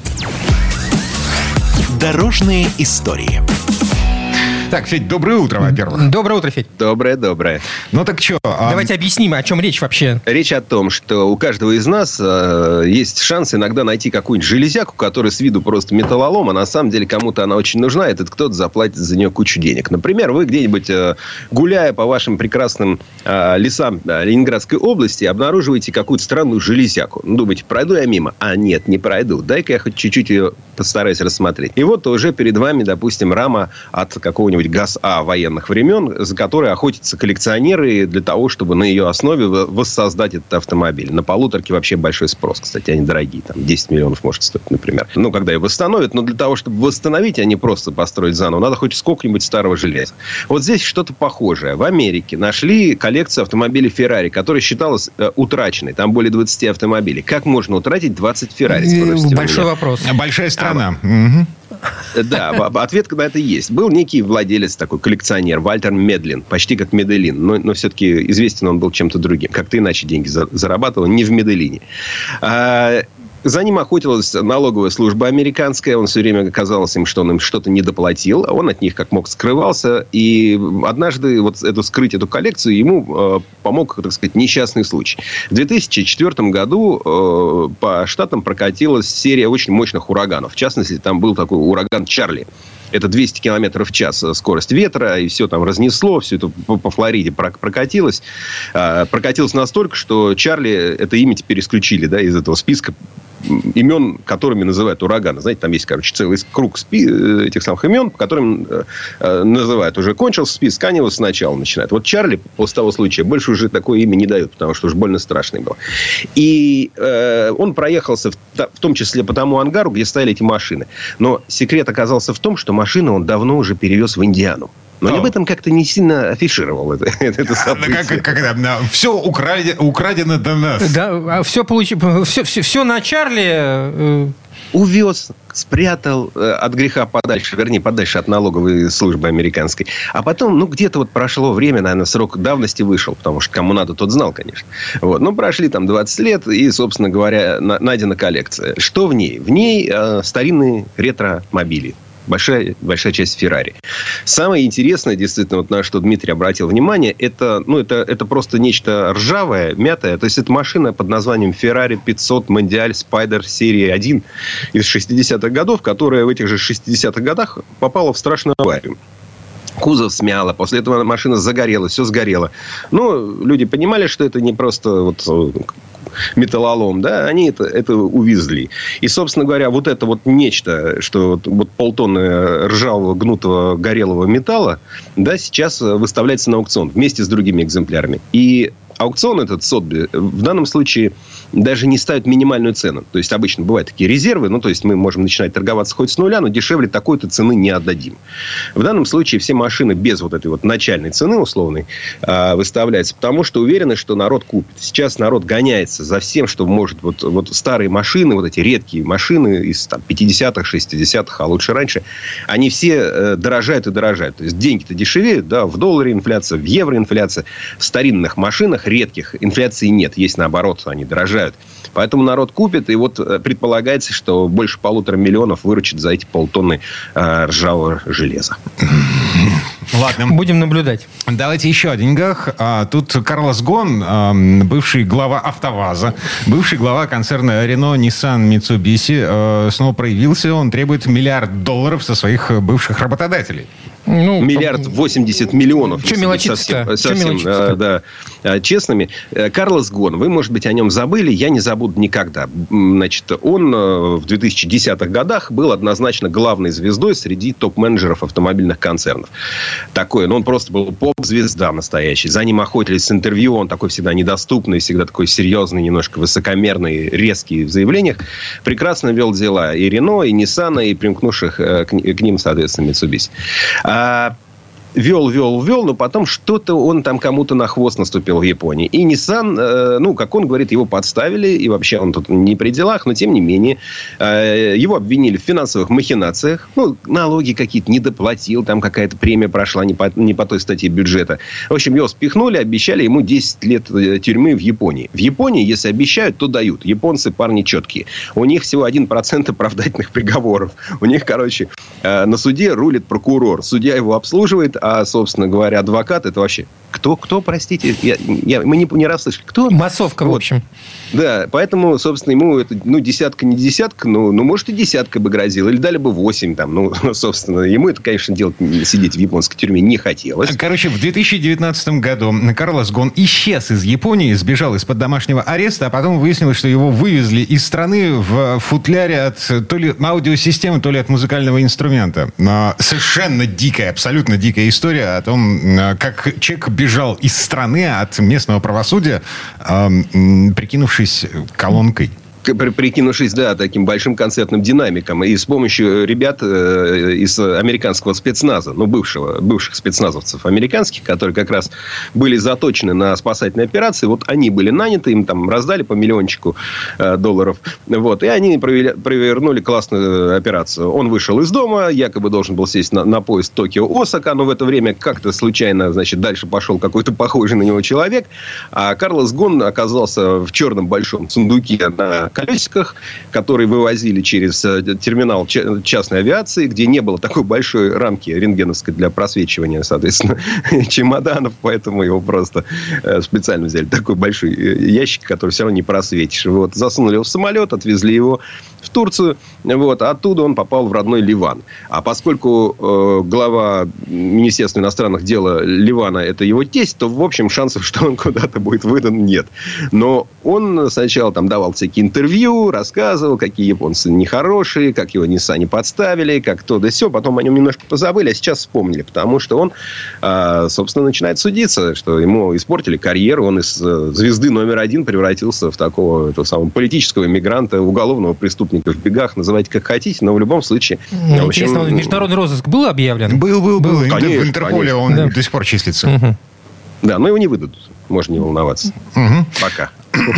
Дорожные истории. Так, Федь, доброе утро, во-первых. Доброе утро, Федь. Доброе-доброе. Ну так что? А... Давайте объясним, о чем речь вообще. Речь о том, что у каждого из нас э, есть шанс иногда найти какую-нибудь железяку, которая с виду просто металлолом, а на самом деле кому-то она очень нужна, и этот кто-то заплатит за нее кучу денег. Например, вы где-нибудь, э, гуляя по вашим прекрасным э, лесам э, Ленинградской области, обнаруживаете какую-то странную железяку. Ну, думаете, пройду я мимо? А нет, не пройду. Дай-ка я хоть чуть-чуть ее постараюсь рассмотреть. И вот уже перед вами, допустим, рама от какого-нибудь какой-нибудь ГАЗ-А военных времен, за которой охотятся коллекционеры для того, чтобы на ее основе воссоздать этот автомобиль. На полуторке вообще большой спрос, кстати, они дорогие, там десять миллионов может стоить, например. Ну, когда ее восстановят, но для того, чтобы восстановить, а не просто построить заново, надо хоть сколько-нибудь старого железа. Вот здесь что-то похожее. В Америке нашли коллекцию автомобилей Ferrari, которая считалась э, утраченной. Там более двадцать автомобилей. Как можно утратить двадцать Ferrari? Большой вопрос. Большая страна. А, угу. Да, ответ на это есть. Был некий владелец, такой коллекционер, Вальтер Медлин, почти как Меделин, но, но все-таки известен он был чем-то другим. Как-то иначе деньги зарабатывал, не в Меделине. А, за ним охотилась налоговая служба американская. Он все время казалось им, что он им что-то недоплатил. Он от них как мог скрывался. И однажды вот эту, скрыть эту коллекцию ему э, помог, так сказать, несчастный случай. В две тысячи четвёртом году э, по штатам прокатилась серия очень мощных ураганов. В частности, там был такой ураган Чарли. Это двести километров в час скорость ветра, и все там разнесло, все это по, по Флориде прокатилось. А, прокатилось настолько, что Чарли, это имя теперь исключили, да, из этого списка имен, которыми называют ураганы. Знаете, там есть, короче, целый круг спи- этих самых имен, по которым э, называют. Уже кончился список, они его сначала начинают. Вот Чарли после того случая больше уже такое имя не дают, потому что уж больно страшное было. И э, он проехался в, в том числе по тому ангару, где стояли эти машины. Но секрет оказался в том, что машины он давно уже перевез в Индиану. Но об этом как-то не сильно афишировал это, это событие. Как, как, как, все украдено, украдено до нас. Да, все, получи, все, все, все на Чарли... Э... Увез, спрятал э, от греха подальше, вернее, подальше от налоговой службы американской. А потом, ну, где-то вот прошло время, наверное, срок давности вышел, потому что кому надо, тот знал, конечно. Вот. Ну, прошли там двадцать лет, и, собственно говоря, на, найдена коллекция. Что в ней? В ней э, старинные ретро-мобили. Большая, большая часть Феррари. Самое интересное, действительно, вот на что Дмитрий обратил внимание, это, ну, это, это просто нечто ржавое, мятое. То есть, это машина под названием Ferrari пятьсот Mondial Spider серии один из шестидесятых годов, которая в этих же шестидесятых годах попала в страшную аварию. Кузов смяло, после этого машина загорелась, все сгорело. Ну, люди понимали, что это не просто вот металлолом, да, они это, это увезли. И, собственно говоря, вот это вот нечто, что вот полтонны ржавого, гнутого, горелого металла, да, сейчас выставляется на аукцион вместе с другими экземплярами. И аукцион этот, Сотби, в данном случае даже не ставит минимальную цену. То есть, обычно бывают такие резервы. Ну, то есть, мы можем начинать торговаться хоть с нуля, но дешевле такой-то цены не отдадим. В данном случае все машины без вот этой вот начальной цены условной выставляются, потому что уверены, что народ купит. Сейчас народ гоняется за всем, что может. Вот, вот старые машины, вот эти редкие машины из там, пятидесятых, шестидесятых, а лучше раньше, они все дорожают и дорожают. То есть, деньги-то дешевеют, да, в долларе инфляция, в евро инфляция. В старинных машинах редких инфляции нет. Есть наоборот, они дорожают. Поэтому народ купит, и вот предполагается, что больше полутора миллионов выручит за эти полтонны э, ржавого железа. Ладно. Будем наблюдать. Давайте еще о деньгах. Тут Карлос Гон, бывший глава АвтоВАЗа, бывший глава концерна Renault, Nissan, Mitsubishi, снова проявился. Он требует миллиард долларов со своих бывших работодателей. Ну, миллиард восемьдесят миллионов. Что мелочиться-то? Совсем, совсем да, да, честными. Карлос Гон, вы, может быть, о нем забыли, я не забуду никогда. Значит, он в две тысячи десятых годах был однозначно главной звездой среди топ-менеджеров автомобильных концернов. Такой, ну, он просто был поп-звезда настоящий. За ним охотились с интервью, он такой всегда недоступный, всегда такой серьезный, немножко высокомерный, резкий в заявлениях. Прекрасно вел дела и Renault, и Nissan, и примкнувших к ним, соответственно, Mitsubishi. А, вел, вел, вел, но потом что-то он там кому-то на хвост наступил в Японии. И Nissan, э, ну, как он говорит, его подставили, и вообще он тут не при делах, но тем не менее, э, его обвинили в финансовых махинациях. Ну, налоги какие-то недоплатил, там какая-то премия прошла не по, не по той статье бюджета. В общем, его спихнули, обещали ему десять лет тюрьмы в Японии. В Японии, если обещают, то дают. Японцы парни четкие. У них всего один процент оправдательных приговоров. У них, короче, э, на суде рулит прокурор. Судья его обслуживает, а, собственно говоря, адвокат, это вообще... Кто, кто, простите, я, я, мы не, не расслышали. Кто? Массовка, вот. В общем. Да, поэтому, собственно, ему это, ну, десятка, не десятка, ну, ну, может, и десятка бы грозила. Или дали бы восемь, там, ну, собственно, ему это, конечно, делать, сидеть в японской тюрьме не хотелось. Короче, в две тысячи девятнадцатом году Карлос Гон исчез из Японии, сбежал из-под домашнего ареста, а потом выяснилось, что его вывезли из страны в футляре от то ли аудиосистемы, то ли от музыкального инструмента. Но совершенно дикая, абсолютно дикая история о том, как человек бежал из страны от местного правосудия, э, прикинувшись колонкой. Прикинувшись, да, таким большим концертным динамиком. И с помощью ребят э, из американского спецназа, ну, бывшего, бывших спецназовцев американских, которые как раз были заточены на спасательные операции, вот они были наняты, им там раздали по миллиончику э, долларов. Вот, и они провели, провернули классную операцию. Он вышел из дома, якобы должен был сесть на, на поезд Токио-Осака, но в это время как-то случайно, значит, дальше пошел какой-то похожий на него человек. А Карлос Гон оказался в черном большом сундуке на колесиках, которые вывозили через терминал частной авиации, где не было такой большой рамки рентгеновской для просвечивания, соответственно, чемоданов, поэтому его просто специально взяли. Такой большой ящик, который все равно не просветишь. Вот. Засунули его в самолет, отвезли его в Турцию, вот, а оттуда он попал в родной Ливан. А поскольку э, глава Министерства иностранных дел Ливана это его тесть, то, в общем, шансов, что он куда-то будет выдан, нет. Но он сначала там давал всякие интервью, рассказывал, какие японцы нехорошие, как его не подставили, как то да сё. Потом о нем немножко позабыли, а сейчас вспомнили, потому что он, э, собственно, начинает судиться, что ему испортили карьеру, он из э, звезды номер один превратился в такого этого самого политического иммигранта, уголовного преступника в бегах, называйте как хотите, но в любом случае... Ну, в общем, интересно, международный розыск был объявлен? Был, был, был. был. Конечно, в Интерполе конечно. он да. до сих пор числится. Угу. Да, но его не выдадут. Можно не волноваться. Угу. Пока.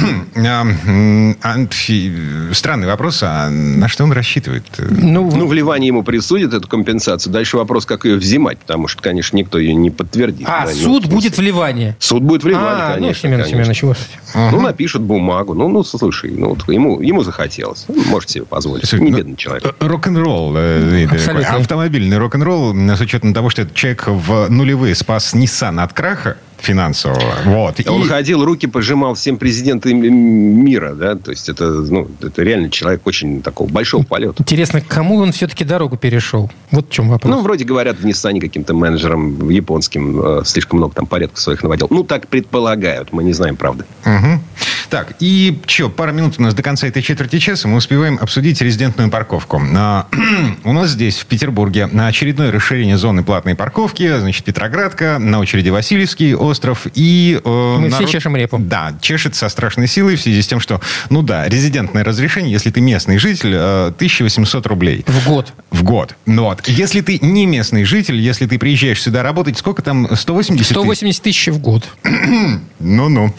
Странный вопрос, а на что он рассчитывает? Ну, ну, в Ливане ему присудят эту компенсацию. Дальше вопрос, как ее взимать, потому что, конечно, никто ее не подтвердит. А, да, суд ну, будет в Ливане? Суд будет в Ливане, а, конечно. Ну, Семен Семенович, вот. Ага. Ну, напишут бумагу. Ну, ну слушай, ну, вот ему, ему захотелось. Он может себе позволить. Слушай, не бедный человек. Рок-н-ролл. Автомобильный рок-н-ролл, с учетом того, что этот человек в нулевые спас Nissan от краха финансового. Вот. Он и... ходил, руки пожимал всем президентам мира, да, то есть это, ну, это реально человек очень такого большого полета. Интересно, к кому он все-таки дорогу перешел? Вот в чем вопрос. Ну, вроде говорят, в Ниссане каким-то менеджером японским э, слишком много там порядков своих наводил. Ну, так предполагают, мы не знаем правды. Угу. Так, и что, пару минут у нас до конца этой четверти часа, мы успеваем обсудить резидентную парковку. А, у нас здесь, в Петербурге, на очередное расширение зоны платной парковки, значит, Петроградка, на очереди Васильевский остров и... Э, мы народ... все чешем репу. Да, чешет со страшной силой в связи с тем, что, ну да, резидентное разрешение, если ты местный житель, э, тысяча восемьсот рублей. В год. В год. Ну вот. Если ты не местный житель, если ты приезжаешь сюда работать, сколько там? сто восемьдесят сто восемьдесят тысяч в год. Ну-ну.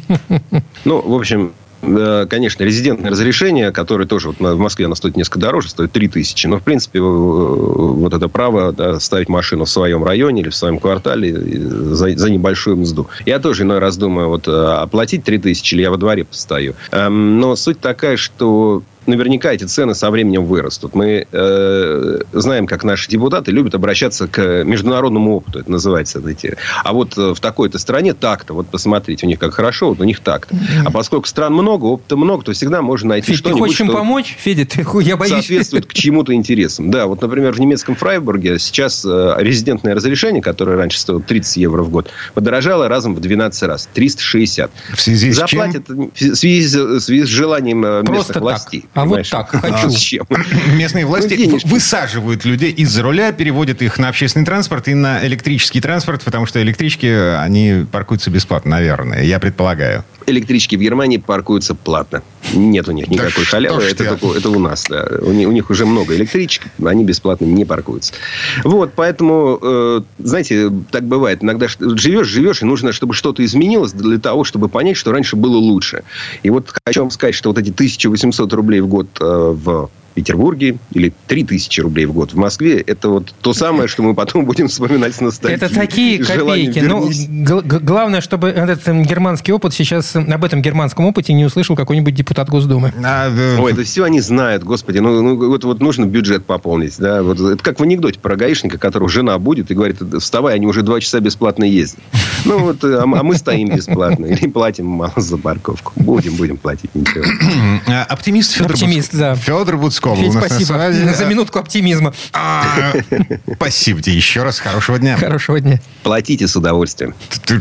Ну, в общем, конечно, резидентное разрешение, которое тоже вот в Москве оно стоит несколько дороже, стоит три тысячи. Но, в принципе, вот это право, да, ставить машину в своем районе или в своем квартале за, за небольшую мзду. Я тоже иной раз думаю, вот оплатить три тысячи или я во дворе постою. Но суть такая, что... Наверняка эти цены со временем вырастут. Мы э, знаем, как наши депутаты любят обращаться к международному опыту. Это называется. Эти. А вот в такой-то стране так-то. Вот посмотрите, у них как хорошо, вот у них так-то. Mm-hmm. А поскольку стран много, опыта много, то всегда можно найти Федь, что-нибудь, ты хочешь им что помочь? Федя, ты, я боюсь. соответствует к чему-то интересам. Да, вот, например, в немецком Фрайбурге сейчас э, резидентное разрешение, которое раньше стоило тридцать евро в год, подорожало разом в двенадцать раз. триста шестьдесят. В связи с Заплатят чем? В связи, в связи с желанием местных Просто властей. Так. А вот так, хочу. Зачем? Местные власти Ну, высаживают людей из-за руля, переводят их на общественный транспорт и на электрический транспорт, потому что электрички, они паркуются бесплатно, наверное, я предполагаю. Электрички в Германии паркуются платно. Нет у них никакой да халявы. Это, только, это у нас. Да. У, них, у них уже много электричек, они бесплатно не паркуются. Вот, поэтому, э, знаете, так бывает. Иногда живешь, живешь, и нужно, чтобы что-то изменилось для того, чтобы понять, что раньше было лучше. И вот хочу вам сказать, что вот эти тысяча восемьсот рублей в год э, в Петербурге или три тысячи рублей в год в Москве, это вот то самое, что мы потом будем вспоминать с ностальгией. Это такие копейки. Но г- г- главное, чтобы этот германский опыт сейчас, об этом германском опыте не услышал какой-нибудь депутат Госдумы. А, да. Ой, это все они знают, господи. Ну, ну вот, вот нужно бюджет пополнить. Да? Вот, это как в анекдоте про гаишника, которого жена будет и говорит: вставай, они уже два часа бесплатно ездят. Ну вот, а, а мы стоим бесплатно или платим мало за парковку. Будем, будем платить, ничего. Оптимист Федор Оптимист, да. Федор Буцков. Федь, спасибо за минутку оптимизма. А, спасибо тебе еще раз. Хорошего дня. Хорошего дня. Платите с удовольствием.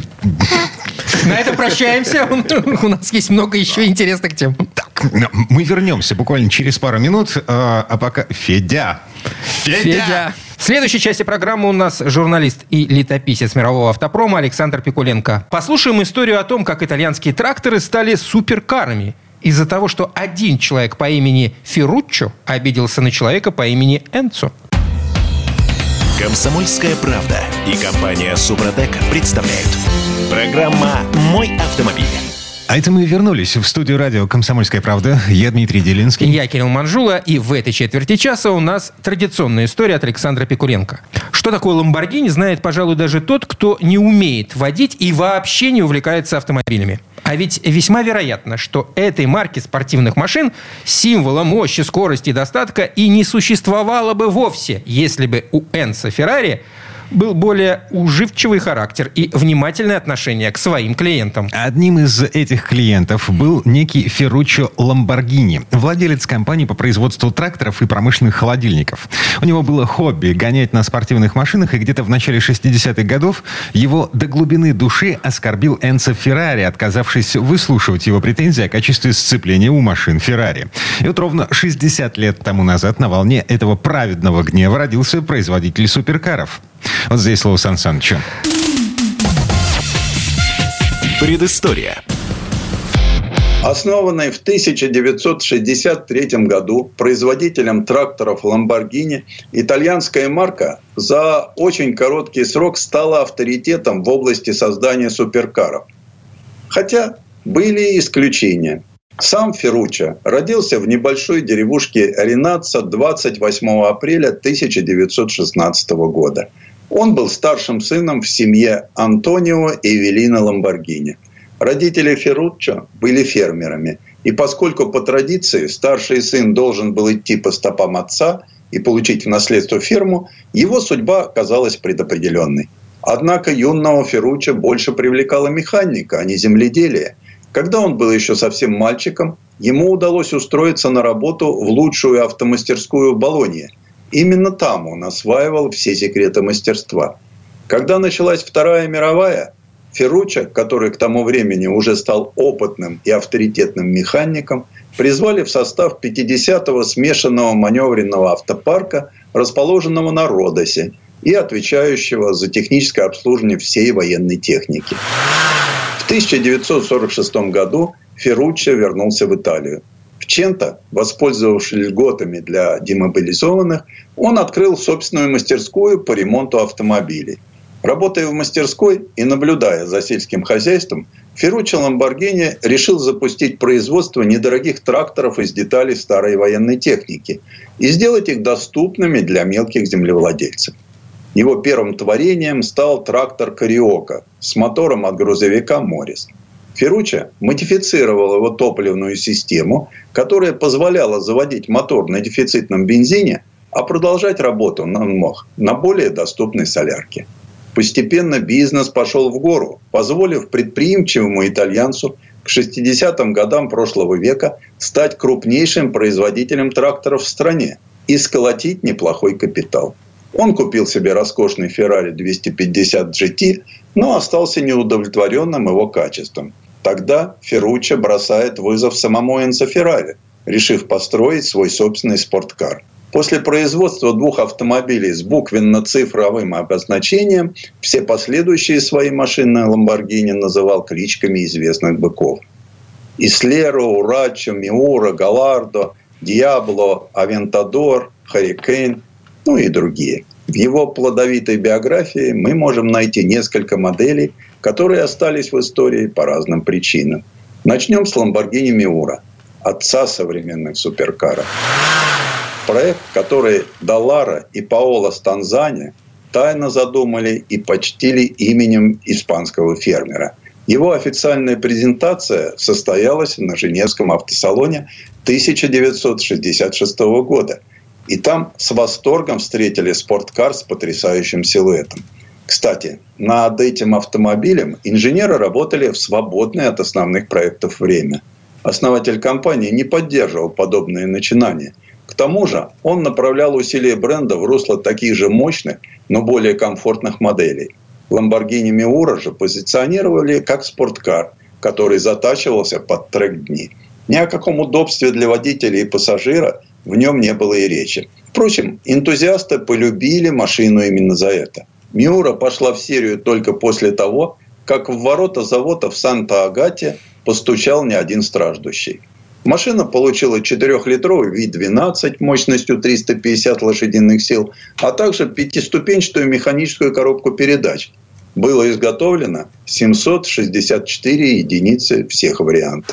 На этом прощаемся. У нас есть много еще интересных тем. Так, мы вернемся буквально через пару минут. А пока Федя. Федя. Федя. В следующей части программы у нас журналист и летописец мирового автопрома Александр Пикуленко. Послушаем историю о том, как итальянские тракторы стали суперкарами. Из-за того, что один человек по имени Ферруччо обиделся на человека по имени Энцо. «Комсомольская правда» и компания «Супротек» представляют. Программа «Мой автомобиль». А это мы вернулись в студию радио «Комсомольская правда». Я Дмитрий Делинский. Я Кирилл Манжула. И в этой четверти часа у нас традиционная история от Александра Пикуленко. Что такое «Ламборгини», знает, пожалуй, даже тот, кто не умеет водить и вообще не увлекается автомобилями. А ведь весьма вероятно, что этой марки спортивных машин, символа мощи, скорости и достатка, и не существовало бы вовсе, если бы у Энцо Феррари был более уживчивый характер и внимательное отношение к своим клиентам. Одним из этих клиентов был некий Ферруччо Ламборгини, владелец компании по производству тракторов и промышленных холодильников. У него было хобби гонять на спортивных машинах, и где-то в начале шестидесятых годов его до глубины души оскорбил Энцо Феррари, отказавшись выслушивать его претензии о качестве сцепления у машин Феррари. И вот ровно шестьдесят лет тому назад на волне этого праведного гнева родился производитель суперкаров. Вот здесь слово Сан Санычу. Предыстория. Основанный в тысяча девятьсот шестьдесят третьем году производителем тракторов Lamborghini, итальянская марка за очень короткий срок стала авторитетом в области создания суперкаров. Хотя были и исключения. Сам Ферруччо родился в небольшой деревушке Ринаццо двадцать восьмого апреля тысяча девятьсот шестнадцатого года. Он был старшим сыном в семье Антонио и Эвелины Ламборгини. Родители Ферруччо были фермерами. И поскольку по традиции старший сын должен был идти по стопам отца и получить в наследство ферму, его судьба оказалась предопределенной. Однако юного Ферруччо больше привлекала механика, а не земледелие. Когда он был еще совсем мальчиком, ему удалось устроиться на работу в лучшую автомастерскую в Болонье. Именно там он осваивал все секреты мастерства. Когда началась Вторая мировая, Ферруччо, который к тому времени уже стал опытным и авторитетным механиком, призвали в состав пятидесятого смешанного маневренного автопарка, расположенного на Родосе и отвечающего за техническое обслуживание всей военной техники. В тысяча девятьсот сорок шестом году Ферруччо вернулся в Италию. В Ченто, воспользовавшись льготами для демобилизованных, он открыл собственную мастерскую по ремонту автомобилей. Работая в мастерской и наблюдая за сельским хозяйством, Ферруччо Ламборгини решил запустить производство недорогих тракторов из деталей старой военной техники и сделать их доступными для мелких землевладельцев. Его первым творением стал трактор «Кариока» с мотором от грузовика «Моррис». Ферруччо модифицировал его топливную систему, которая позволяла заводить мотор на дефицитном бензине, а продолжать работу он мог на более доступной солярке. Постепенно бизнес пошел в гору, позволив предприимчивому итальянцу к шестидесятым годам прошлого века стать крупнейшим производителем тракторов в стране и сколотить неплохой капитал. Он купил себе роскошный Ferrari двести пятьдесят джи ти, но остался неудовлетворенным его качеством. Тогда Ферруччо бросает вызов самому Энцо Феррари, решив построить свой собственный спорткар. После производства двух автомобилей с буквенно-цифровым обозначением все последующие свои машины Ламборгини называл кличками известных быков. Ислеро, Урачо, Миура, Галардо, Диабло, Авентадор, Харрикейн, ну и другие. В его плодовитой биографии мы можем найти несколько моделей, которые остались в истории по разным причинам. Начнем с Lamborghini Miura. отца современных суперкаров. Проект, который Даллара и Паоло Станзани тайно задумали и почтили именем испанского фермера. Его официальная презентация состоялась на Женевском автосалоне тысяча девятьсот шестьдесят шестого года. И там с восторгом встретили спорткар с потрясающим силуэтом. Кстати, над этим автомобилем инженеры работали в свободное от основных проектов время. Основатель компании не поддерживал подобные начинания. К тому же он направлял усилия бренда в русло таких же мощных, но более комфортных моделей. Lamborghini Miura же позиционировали как спорткар, который затачивался под трек-дни. Ни о каком удобстве для водителя и пассажира в нем не было и речи. Впрочем, энтузиасты полюбили машину именно за это. Miura пошла в серию только после того, как в ворота завода в Санта-Агате постучал не один страждущий. Машина получила четырехлитровый ви двенадцать мощностью триста пятьдесят лошадиных сил, а также пятиступенчатую механическую коробку передач. Было изготовлено семьсот шестьдесят четыре единицы всех вариантов.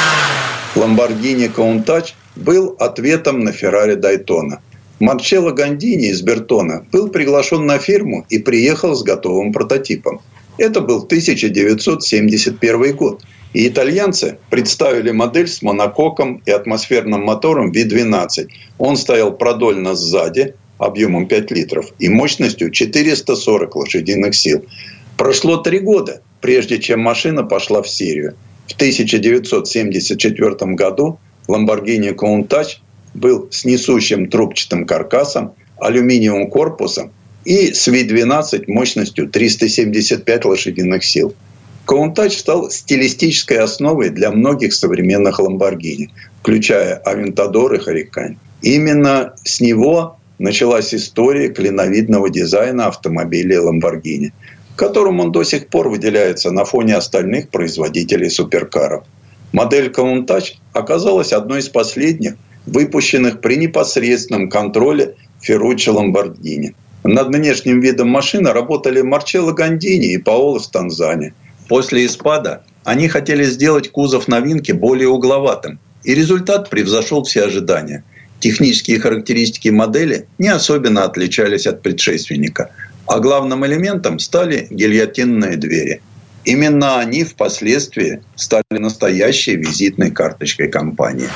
Lamborghini Countach был ответом на Ferrari Daytona. Марчелло Гандини из Бертона был приглашен на фирму и приехал с готовым прототипом. Это был тысяча девятьсот семьдесят первый год. И итальянцы представили модель с монококом и атмосферным мотором ви двенадцать. Он стоял продольно сзади, объемом пять литров, и мощностью четыреста сорок лошадиных сил. Прошло три года, прежде чем машина пошла в серию. В тысяча девятьсот семьдесят четвёртом году Lamborghini Countach был с несущим трубчатым каркасом, алюминиевым корпусом и с ви двенадцать мощностью триста семьдесят пять лошадиных сил. Countach стал стилистической основой для многих современных Lamborghini, включая Aventador и Huracan. Именно с него началась история клиновидного дизайна автомобилей Lamborghini, которым он до сих пор выделяется на фоне остальных производителей суперкаров. Модель Countach оказалась одной из последних, выпущенных при непосредственном контроле Ferruccio Lamborghini. Над внешним видом машины работали Марчелло Гандини и Паоло Станзани. После Испада они хотели сделать кузов новинки более угловатым, и результат превзошел все ожидания. Технические характеристики модели не особенно отличались от предшественника, а главным элементом стали гильотинные двери. Именно они впоследствии стали настоящей визитной карточкой компании.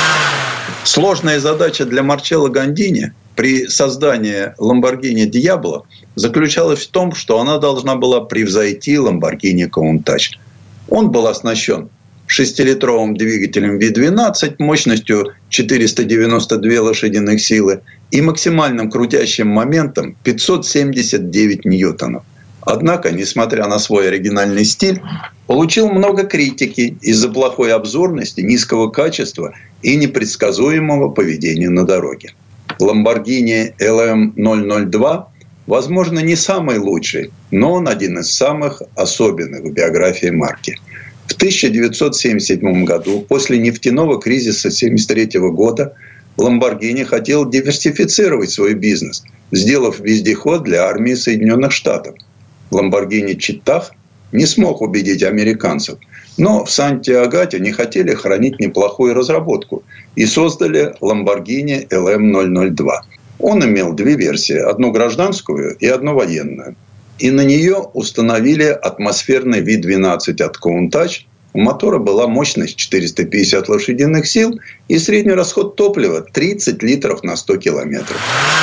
Сложная задача для Марчелло Гандини при создании Lamborghini Diablo заключалась в том, что она должна была превзойти Lamborghini Countach. Он был оснащен шестилитровым двигателем ви двенадцать мощностью четыреста девяносто две лошадиных силы и максимальным крутящим моментом пятьсот семьдесят девять ньютонов. Однако, несмотря на свой оригинальный стиль, получил много критики из-за плохой обзорности, низкого качества и непредсказуемого поведения на дороге. Lamborghini эл эм ноль ноль два, возможно, не самый лучший, но он один из самых особенных в биографии марки. В тысяча девятьсот семьдесят седьмом году, после нефтяного кризиса тысяча девятьсот семьдесят третьего года, Lamborghini хотел диверсифицировать свой бизнес, сделав вездеход для армии Соединенных Штатов. Lamborghini Città не смог убедить американцев, но в Санте-Агате не хотели хранить неплохую разработку и создали Lamborghini эл эм ноль ноль два. Он имел две версии, одну гражданскую и одну военную. И на нее установили атмосферный ви двенадцать от Countach. У мотора была мощность четыреста пятьдесят лошадиных сил и средний расход топлива тридцать литров на сто километров.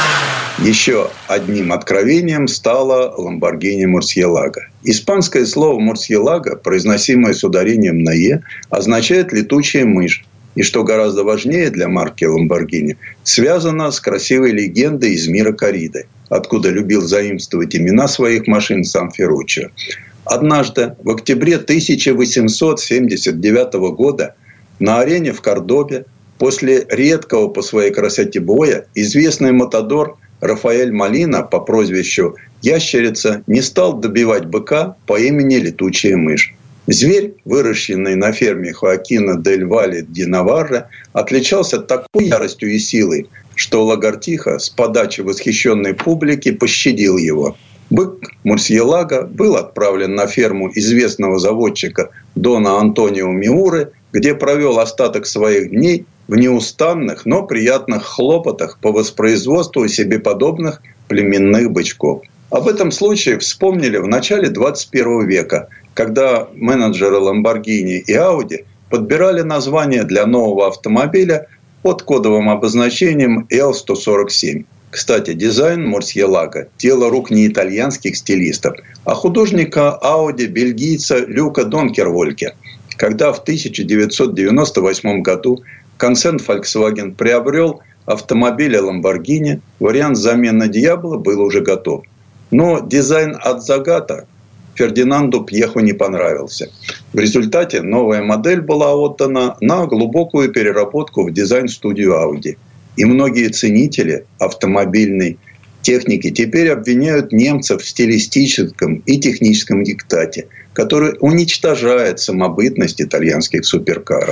Еще одним откровением стала Lamborghini Murcielago. Испанское слово Murcielago, произносимое с ударением на «е», означает «летучая мышь». И, что гораздо важнее для марки Lamborghini, связано с красивой легендой из мира корриды, откуда любил заимствовать имена своих машин сам Ферруччо. Однажды, в октябре тысяча восемьсот семьдесят девятого года, на арене в Кордобе, после редкого по своей красоте боя, известный матадор Рафаэль Молина по прозвищу «Ящерица» не стал добивать быка по имени Летучая мышь. Зверь, выращенный на ферме Хоакина дель Вале ди Наварре, отличался такой яростью и силой, что Лагартиха с подачи восхищенной публики пощадил его. Бык Мурсьелага был отправлен на ферму известного заводчика Дона Антонио Миуры, где провел остаток своих дней в неустанных, но приятных хлопотах по воспроизводству себе подобных племенных бычков. Об этом случае вспомнили в начале двадцать первого века, когда менеджеры Lamborghini и Audi подбирали название для нового автомобиля под кодовым обозначением эл сто сорок семь. Кстати, дизайн Мурсьелага – дело рук не итальянских стилистов, а художника Audi бельгийца Люка Донкервольке. Когда в тысяча девятьсот девяносто восьмом году концерн Volkswagen приобрел автомобили Lamborghini, вариант замены Диабло был уже готов. Но дизайн от Загата Фердинанду Пьеху не понравился. В результате новая модель была отдана на глубокую переработку в дизайн-студию Audi. И многие ценители автомобильной техники теперь обвиняют немцев в стилистическом и техническом диктате, который уничтожает самобытность итальянских суперкаров.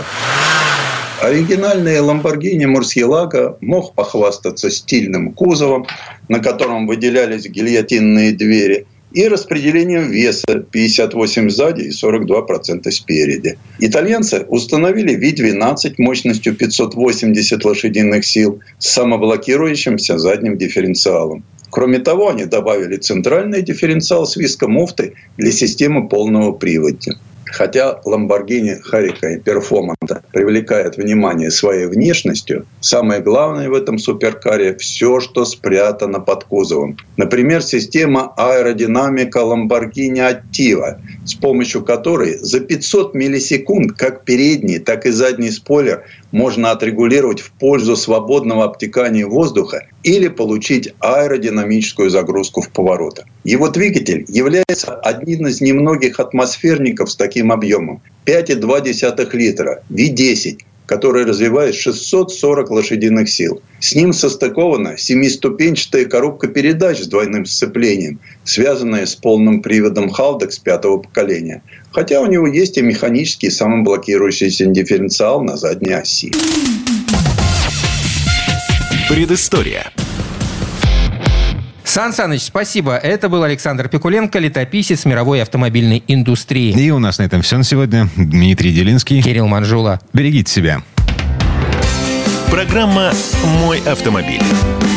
Оригинальный Lamborghini Murcielago мог похвастаться стильным кузовом, на котором выделялись гильотинные двери, и распределением веса пятьдесят восемь сзади и сорок два процента спереди. Итальянцы установили ви двенадцать мощностью пятьсот восемьдесят лошадиных сил с самоблокирующимся задним дифференциалом. Кроме того, они добавили центральный дифференциал с вискомуфтой для системы полного привода. Хотя Lamborghini Hurricane Performante привлекает внимание своей внешностью, самое главное в этом суперкаре – все, что спрятано под кузовом. Например, система аэродинамика Lamborghini Attiva, с помощью которой за пятьсот миллисекунд как передний, так и задний спойлер можно отрегулировать в пользу свободного обтекания воздуха или получить аэродинамическую загрузку в поворотах. Его двигатель является одним из немногих атмосферников с таким объемом – пять целых две десятых литра, ви десять, который развивает шестьсот сорок лошадиных сил. С ним состыкована семиступенчатая коробка передач с двойным сцеплением, связанная с полным приводом Haldex пятого поколения. Хотя у него есть и механический самоблокирующийся дифференциал на задней оси. Предыстория. Сан Саныч, спасибо. Это был Александр Пикуленко, летописец мировой автомобильной индустрии. И у нас на этом все на сегодня. Дмитрий Делинский. Кирилл Манжула. Берегите себя. Программа «Мой автомобиль».